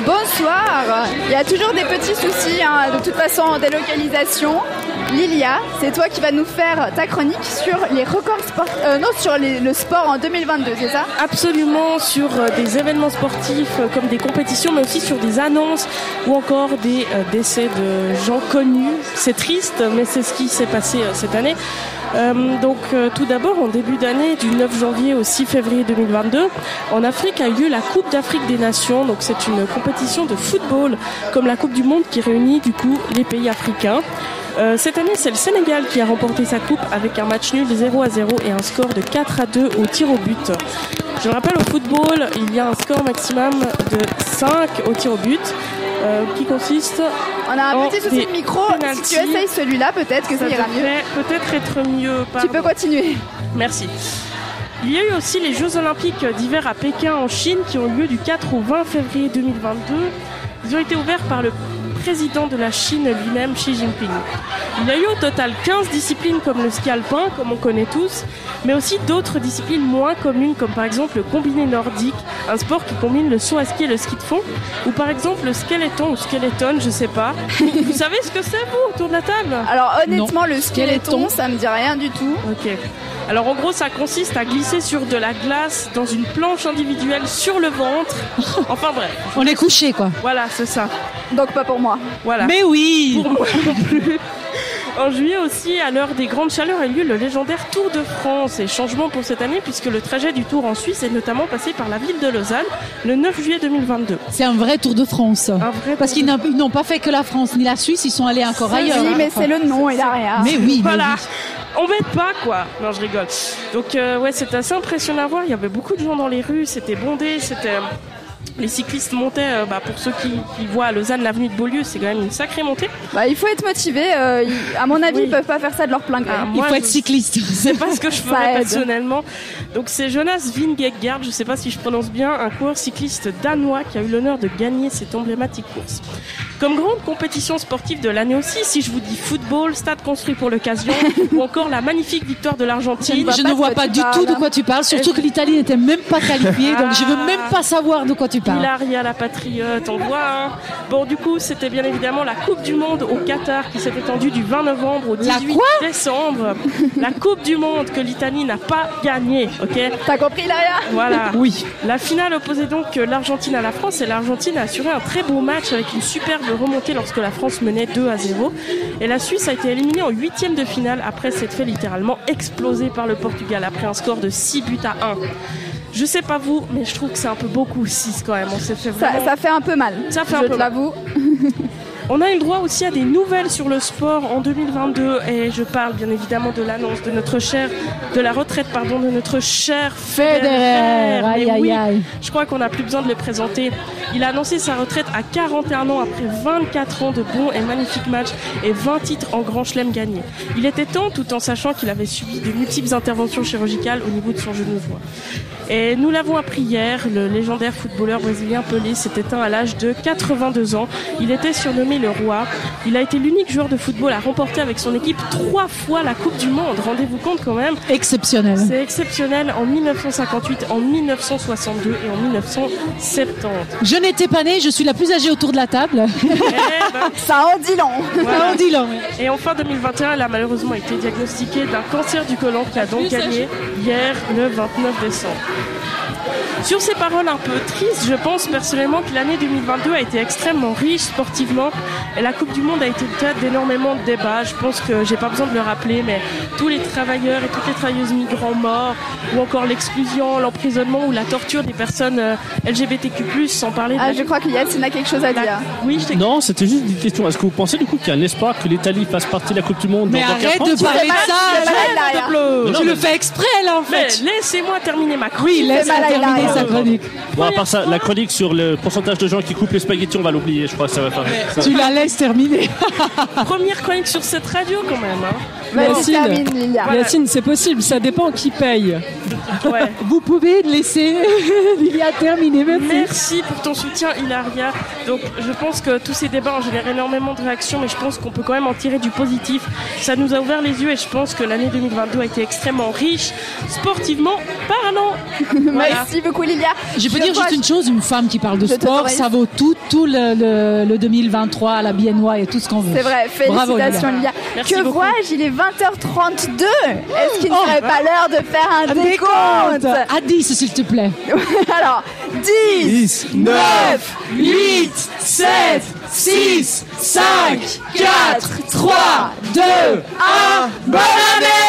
Bonsoir. Il y a toujours des petits soucis, de toute façon en délocalisation. Lilia, c'est toi qui vas nous faire ta chronique sur les records le sport en 2022, c'est ça ? Absolument, sur des événements sportifs comme des compétitions, mais aussi sur des annonces ou encore des décès de gens connus. C'est triste, mais c'est ce qui s'est passé cette année. Tout d'abord, en début d'année, du 9 janvier au 6 février 2022, en Afrique a eu lieu la Coupe d'Afrique des Nations. Donc c'est une compétition de football, comme la Coupe du Monde qui réunit du coup les pays africains. Cette année, c'est le Sénégal qui a remporté sa coupe avec un match nul 0-0 et un score de 4-2 au tir au but. Je le rappelle, au football, il y a un score maximum de 5 au tir au but. Qui consiste on a un petit souci de micro, penalty. Si tu essayes celui-là, peut-être que ça ira mieux. Peut-être être mieux. Pardon. Tu peux continuer. Merci. Il y a eu aussi les Jeux Olympiques d'hiver à Pékin en Chine qui ont eu lieu du 4 au 20 février 2022. Ils ont été ouverts par le président de la Chine lui-même, Xi Jinping. Il y a eu au total 15 disciplines comme le ski alpin, comme on connaît tous, mais aussi d'autres disciplines moins communes, comme par exemple le combiné nordique, un sport qui combine le saut à ski et le ski de fond, ou par exemple le skeleton ou skeleton, je sais pas. Vous savez ce que c'est, vous, autour de la table ? Alors honnêtement, le skeleton, ça me dit rien du tout. Ok. Alors en gros, ça consiste à glisser sur de la glace dans une planche individuelle sur le ventre. Enfin bref. On est couché, quoi. Voilà, c'est ça. Donc pas pour moi. Voilà. Mais oui. Pour moi non plus. En juillet aussi, à l'heure des grandes chaleurs, a eu lieu le légendaire Tour de France. Et changement pour cette année, puisque le trajet du Tour en Suisse est notamment passé par la ville de Lausanne le 9 juillet 2022. C'est un vrai Tour de France. Parce qu'ils n'ont pas fait que la France ni la Suisse, ils sont allés encore ailleurs. Oui, mais c'est le nom, il a rien. Mais oui. Voilà. On m'aide pas, quoi. Non, je rigole. Donc, c'était assez impressionnant à voir. Il y avait beaucoup de gens dans les rues, c'était bondé, les cyclistes montaient, pour ceux qui voient à Lausanne l'avenue de Beaulieu, c'est quand même une sacrée montée. Il faut être motivé. À mon avis, ils peuvent pas faire ça de leur plein gré. Il faut être cycliste. C'est pas ce que je ferais personnellement. Donc c'est Jonas Vingegaard, je sais pas si je prononce bien, un coureur cycliste danois qui a eu l'honneur de gagner cette emblématique course. Comme grande compétition sportive de l'année aussi, si je vous dis football, stade construit pour l'occasion, ou encore la magnifique victoire de l'Argentine. Je ne vois pas du tout de quoi tu parles, surtout que l'Italie n'était même pas qualifiée, donc je veux même pas savoir de quoi tu parles. Hilaria la patriote, on voit. Hein. Bon, du coup, c'était bien évidemment la Coupe du Monde au Qatar qui s'est étendue du 20 novembre au 18 décembre. La Coupe du Monde que l'Italie n'a pas gagnée, ok ? T'as compris, Hilaria ? Voilà. Oui. La finale opposait donc l'Argentine à la France et l'Argentine a assuré un très beau match avec une superbe remontée lorsque la France menait 2-0. Et la Suisse a été éliminée en 8e de finale après s'être fait littéralement exploser par le Portugal après un score de 6-1. Je sais pas vous, mais je trouve que c'est un peu beaucoup 6 quand même. On s'est fait vraiment... ça fait un peu mal. Ça fait un peu mal. Je l'avoue. On a eu le droit aussi à des nouvelles sur le sport en 2022 et je parle bien évidemment de l'annonce de la retraite de notre cher Federer. Aïe. Je crois qu'on n'a plus besoin de le présenter. Il a annoncé sa retraite à 41 ans après 24 ans de bons et magnifiques matchs et 20 titres en Grand Chelem gagnés. Il était temps tout en sachant qu'il avait subi de multiples interventions chirurgicales au niveau de son genou droit. Et nous l'avons appris hier, le légendaire footballeur brésilien Pelé s'est éteint à l'âge de 82 ans. Il était surnommé le roi. Il a été l'unique joueur de football à remporter avec son équipe 3 fois la Coupe du Monde. Rendez-vous compte quand même. Exceptionnel. C'est exceptionnel en 1958, en 1962 et en 1970. Je n'étais pas née, je suis la plus âgée autour de la table. Ça en dit long. Voilà. Ça en dit long. Et en fin 2021, elle a malheureusement été diagnostiquée d'un cancer du côlon qui a donc gagné hier le 29 décembre. Sur ces paroles un peu tristes, je pense personnellement que l'année 2022 a été extrêmement riche sportivement et la Coupe du Monde a été le théâtre d'énormément de débats. Je pense que j'ai pas besoin de le rappeler, mais tous les travailleurs et toutes les travailleuses migrants morts, ou encore l'exclusion, l'emprisonnement ou la torture des personnes LGBTQ+, sans parler de... Je crois que Yacine a quelque chose à dire. Oui, Non, c'était juste une question. Est-ce que vous pensez du coup qu'il y a un espoir que l'Italie fasse partie de la Coupe du Monde mais dans arrête de parler de ça. Tu le fais exprès là en fait. Mais laissez-moi terminer ma chronique. Oui, laisse-la terminer sa chronique. Bon, à part ça, la chronique sur le pourcentage de gens qui coupent les spaghettis, on va l'oublier, je crois que ça va faire. Tu la laisses terminer. Première chronique sur cette radio quand même. Hein. Vas-y, termine, Lilia. Yacine, c'est possible, ça dépend qui paye. Ouais. Vous pouvez laisser Lilia terminer. Merci pour ton soutien, Hilaria. Donc, je pense que tous ces débats ont généré énormément de réactions, mais je pense qu'on peut quand même en tirer du positif. Ça nous a ouvert les yeux et je pense que l'année 2022 a été extrêmement riche, sportivement parlant. Voilà. Merci beaucoup, Lilia. Je peux dire juste une chose, une femme qui parle de Je sport, t'autorise. ça vaut tout le 2023, la biennois et tout ce qu'on veut. C'est vrai, Bravo, félicitations, Lilia. Merci Que beaucoup. vois-je, il est 20h32. Est-ce qu'il ne serait pas l'heure de faire un décompte? À 10, s'il te plaît. Alors, 10, 9, 8, 7, 6, 5, 4, 3, 2, 1, bonne année!